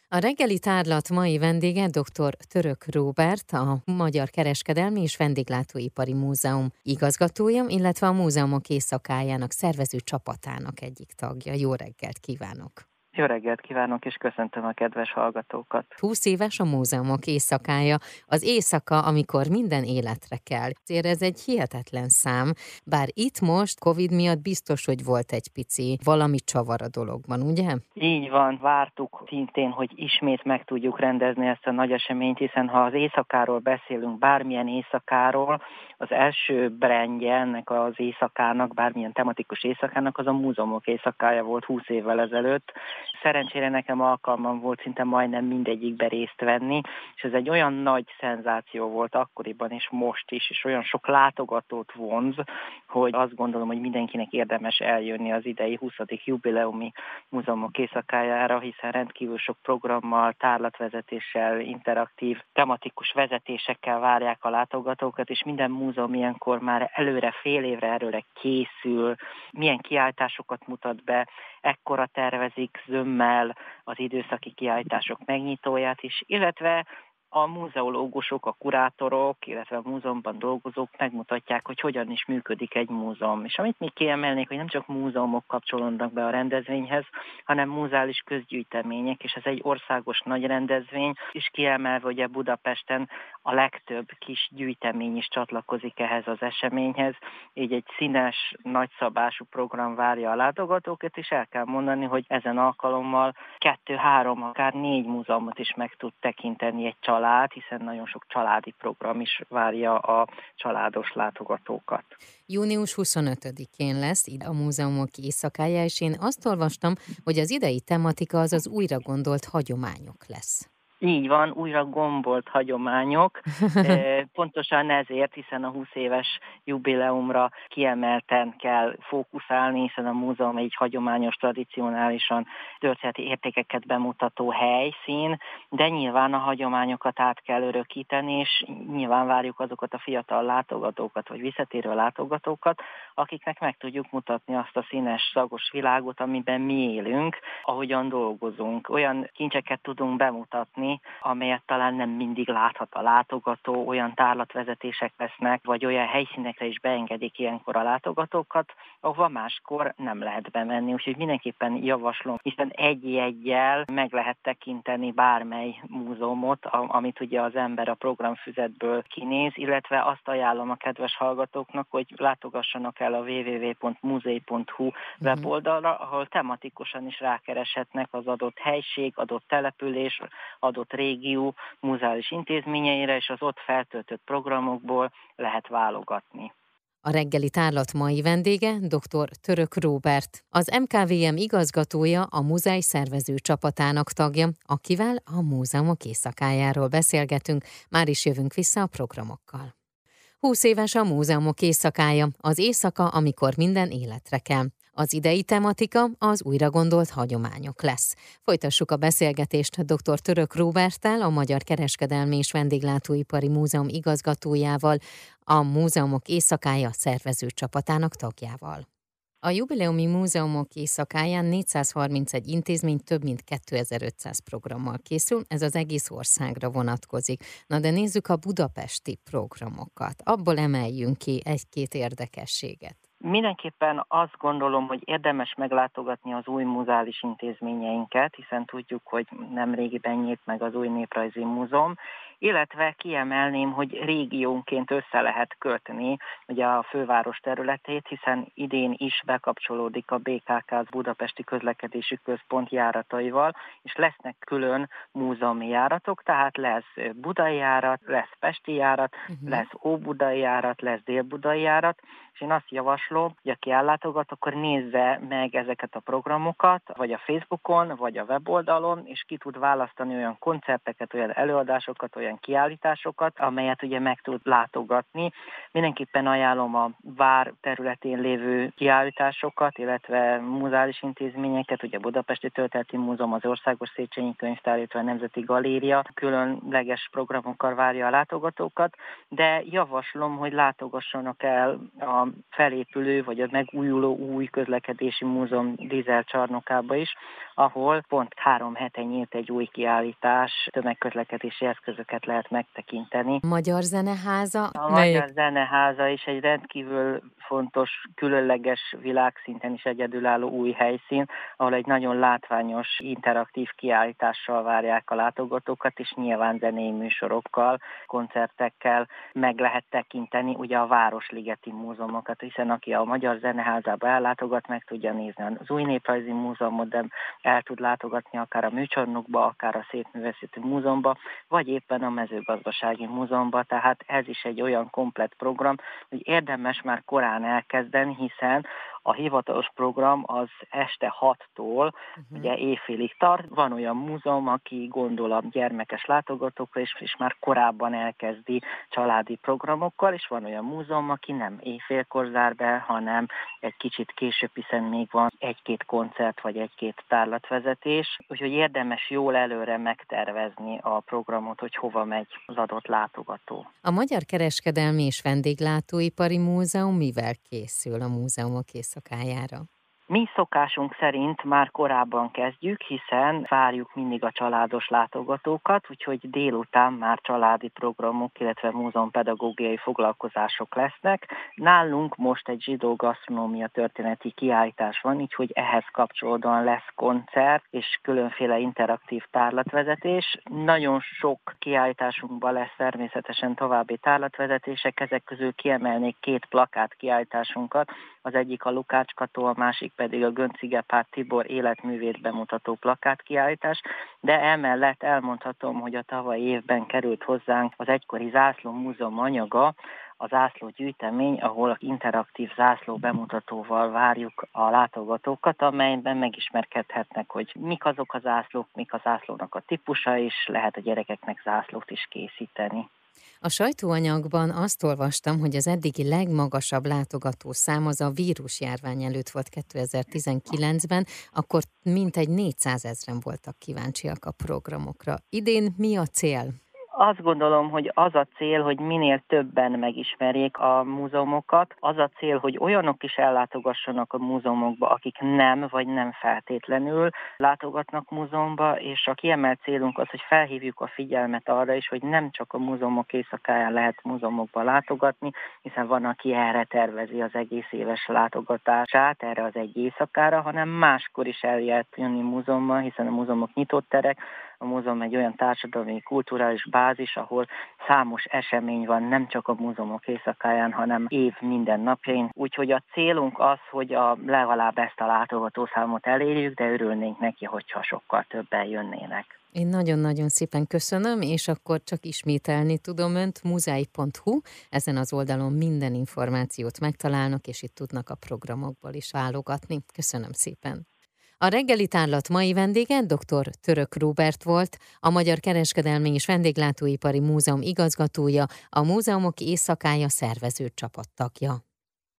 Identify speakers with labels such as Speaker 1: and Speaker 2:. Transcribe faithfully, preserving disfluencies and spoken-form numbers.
Speaker 1: A reggeli tárlat mai vendége dr. Török Róbert, a Magyar Kereskedelmi és Vendéglátóipari Múzeum igazgatója, illetve a Múzeumok Éjszakájának szervező csapatának egyik tagja. Jó reggelt kívánok!
Speaker 2: Jó reggelt kívánok, és köszöntöm a kedves hallgatókat!
Speaker 1: húsz éves a Múzeumok Éjszakája, az éjszaka, amikor minden életre kell. Azért ez egy hihetetlen szám, bár itt most Covid miatt biztos, hogy volt egy pici valami csavar a dologban, ugye?
Speaker 2: Így van, vártuk szintén, hogy ismét meg tudjuk rendezni ezt a nagy eseményt, hiszen ha az éjszakáról beszélünk, bármilyen éjszakáról, az első brandje ennek az éjszakának, bármilyen tematikus éjszakának, az a Múzeumok Éjszakája volt húsz évvel ezelőtt. Szerencsére nekem alkalmam volt szinte majdnem mindegyikbe részt venni, és ez egy olyan nagy szenzáció volt akkoriban és most is, és olyan sok látogatót vonz, hogy azt gondolom, hogy mindenkinek érdemes eljönni az idei huszadik jubileumi Múzeumok Éjszakájára, hiszen rendkívül sok programmal, tárlatvezetéssel, interaktív, tematikus vezetésekkel várják a látogatókat, és minden múzeum ilyenkor már előre, fél évre előre készül, milyen kiállításokat mutat be, ekkora tervezik zömmel az időszaki kiállítások megnyitóját is, illetve a múzeológusok, a kurátorok, illetve a múzeumban dolgozók megmutatják, hogy hogyan is működik egy múzeum. És amit még kiemelnék, hogy nem csak múzeumok kapcsolódnak be a rendezvényhez, hanem múzeális közgyűjtemények, és ez egy országos nagy rendezvény, és kiemelve, hogy Budapesten a legtöbb kis gyűjtemény is csatlakozik ehhez az eseményhez, így egy színes, nagyszabású program várja a látogatókat, és el kell mondani, hogy ezen alkalommal kettő, három, akár négy múzeumot is meg tud tekinteni egy család, hiszen nagyon sok családi program is várja a családos látogatókat.
Speaker 1: június huszonötödikén lesz ide a Múzeumok Éjszakája, és én azt olvastam, hogy az idei tematika az az újra gondolt hagyományok lesz.
Speaker 2: Így van, újra gombolt hagyományok, pontosan ezért, hiszen a húsz éves jubileumra kiemelten kell fókuszálni, hiszen a múzeum egy hagyományos, tradicionálisan történeti értékeket bemutató helyszín, de nyilván a hagyományokat át kell örökíteni, és nyilván várjuk azokat a fiatal látogatókat, vagy visszatérő látogatókat, akiknek meg tudjuk mutatni azt a színes, szagos világot, amiben mi élünk, ahogyan dolgozunk. Olyan kincseket tudunk bemutatni, amelyet talán nem mindig láthat a látogató, olyan tárlatvezetések lesznek, vagy olyan helyszínekre is beengedik ilyenkor a látogatókat, ahova máskor nem lehet bemenni. Úgyhogy mindenképpen javaslom, hiszen egy-egyel meg lehet tekinteni bármely múzeumot, amit ugye az ember a programfüzetből kinéz, illetve azt ajánlom a kedves hallgatóknak, hogy látogassanak el a double-u double-u double-u pont muzei pont hu weboldalra, ahol tematikusan is rákereshetnek az adott helység, adott település, adott régió múzeális intézményeire, és az ott feltöltött programokból lehet válogatni.
Speaker 1: A reggeli tárlat mai vendége dr. Török Róbert, az em ká vé em igazgatója, a múzeum szervező csapatának tagja, akivel a Múzeumok Éjszakájáról beszélgetünk, már is jövünk vissza a programokkal. húsz éves a Múzeumok Éjszakája, az éjszaka, amikor minden életre kell. Az idei tematika az újra gondolt hagyományok lesz. Folytassuk a beszélgetést dr. Török Róberttel, a Magyar Kereskedelmi és Vendéglátóipari Múzeum igazgatójával, a Múzeumok Éjszakája szervező csapatának tagjával. A jubileumi Múzeumok Éjszakáján négyszázharmincegy intézmény több mint kétezer-ötszáz programmal készül, ez az egész országra vonatkozik. Na de nézzük a budapesti programokat. Abból emeljünk ki egy-két érdekességet.
Speaker 2: Mindenképpen azt gondolom, hogy érdemes meglátogatni az új múzeális intézményeinket, hiszen tudjuk, hogy nemrégiben nyílt meg az új Néprajzi Múzeum, illetve kiemelném, hogy régiónként össze lehet kötni ugye a főváros területét, hiszen idén is bekapcsolódik a bé ká ká, az Budapesti Közlekedési Központ járataival, és lesznek külön múzeumi járatok, tehát lesz budai járat, lesz pesti járat, uh-huh. lesz óbudai járat, lesz délbudai járat, és én azt javaslom, hogy aki ellátogat, akkor nézze meg ezeket a programokat, vagy a Facebookon, vagy a weboldalon, és ki tud választani olyan koncerteket, olyan előadásokat, olyan olyan kiállításokat, amelyet ugye meg tud látogatni. Mindenképpen ajánlom a vár területén lévő kiállításokat, illetve múzeális intézményeket, ugye a Budapesti Történeti Múzeum, az Országos Széchenyi Könyvtár, illetve a Nemzeti Galéria különleges programokkal várja a látogatókat, de javaslom, hogy látogassanak el a felépülő vagy a megújuló új közlekedési múzeum dízelcsarnokába is, ahol pont három hete nyílt egy új kiállítás, tömegközlekedési eszközöket lehet megtekinteni.
Speaker 1: Magyar Zeneháza?
Speaker 2: A
Speaker 1: Melyik?
Speaker 2: Magyar Zeneháza is egy rendkívül fontos, különleges, világszinten is egyedülálló új helyszín, ahol egy nagyon látványos, interaktív kiállítással várják a látogatókat, és nyilván zenei műsorokkal, koncertekkel meg lehet tekinteni ugye a Városligeti múzeumokat, hiszen aki a Magyar Zeneházába ellátogat, meg tudja nézni az Új Néprajzi Múzeumot, de el tud látogatni akár a Műcsarnokba, akár a Szépművészeti Múzeumba, vagy éppen a Mezőgazdasági Múzeumba, tehát ez is egy olyan komplett program, hogy érdemes már korán elkezdeni, hiszen a hivatalos program az este hattól uh-huh. ugye éjfélig tart. Van olyan múzeum, aki gondol a gyermekes látogatókra, és, és már korábban elkezdi családi programokkal, és van olyan múzeum, aki nem éjfélkor zár be, hanem egy kicsit később, hiszen még van egy-két koncert, vagy egy-két tárlatvezetés. Úgyhogy érdemes jól előre megtervezni a programot, hogy hova megy az adott látogató.
Speaker 1: A Magyar Kereskedelmi és Vendéglátóipari Múzeum mivel készül a múzeumok éjszakájára?
Speaker 2: Mi szokásunk szerint már korábban kezdjük, hiszen várjuk mindig a családos látogatókat, úgyhogy délután már családi programok, illetve múzeumpedagógiai foglalkozások lesznek. Nálunk most egy zsidó gasztronómia történeti kiállítás van, így hogy ehhez kapcsolódóan lesz koncert és különféle interaktív tárlatvezetés. Nagyon sok kiállításunkban lesz természetesen további tárlatvezetések, ezek közül kiemelnék két plakát kiállításunkat, az egyik a Lukács-Kató, a másik pedig a Gönczi Gepárd Tibor életművét bemutató plakátkiállítás, de emellett elmondhatom, hogy a tavalyi évben került hozzánk az egykori Zászló Múzeum anyaga, a zászlógyűjtemény, ahol interaktív zászló bemutatóval várjuk a látogatókat, amelyben megismerkedhetnek, hogy mik azok a zászlók, mik a zászlónak a típusa, és lehet a gyerekeknek zászlót is készíteni.
Speaker 1: A sajtóanyagban azt olvastam, hogy az eddigi legmagasabb látogató szám az a vírusjárvány előtt volt kétezer-tizenkilencben, akkor mintegy négyszázezren voltak kíváncsiak a programokra. Idén mi a cél?
Speaker 2: Azt gondolom, hogy az a cél, hogy minél többen megismerjék a múzeumokat. Az a cél, hogy olyanok is ellátogassanak a múzeumokba, akik nem, vagy nem feltétlenül látogatnak múzeumba, és a kiemelt célunk az, hogy felhívjuk a figyelmet arra is, hogy nem csak a múzeumok éjszakáján lehet múzeumokba látogatni, hiszen van, aki erre tervezi az egész éves látogatását, erre az egy éjszakára, hanem máskor is el lehet jönni múzeumban, hiszen a múzeumok nyitott terek. A múzeum egy olyan társadalmi, kulturális bázis, ahol számos esemény van, nem csak a múzeumok éjszakáján, hanem év minden napjain. Úgyhogy a célunk az, hogy a, legalább ezt a látogatószámot elérjük, de örülnénk neki, hogyha sokkal többen jönnének.
Speaker 1: Én nagyon-nagyon szépen köszönöm, és akkor csak ismételni tudom önt, muzei pont hu, ezen az oldalon minden információt megtalálnak, és itt tudnak a programokból is válogatni. Köszönöm szépen. A reggeli tárlat mai vendége dr. Török Róbert volt, a Magyar Kereskedelmi és Vendéglátóipari Múzeum igazgatója, a Múzeumok éjszakája szervező csapattagja.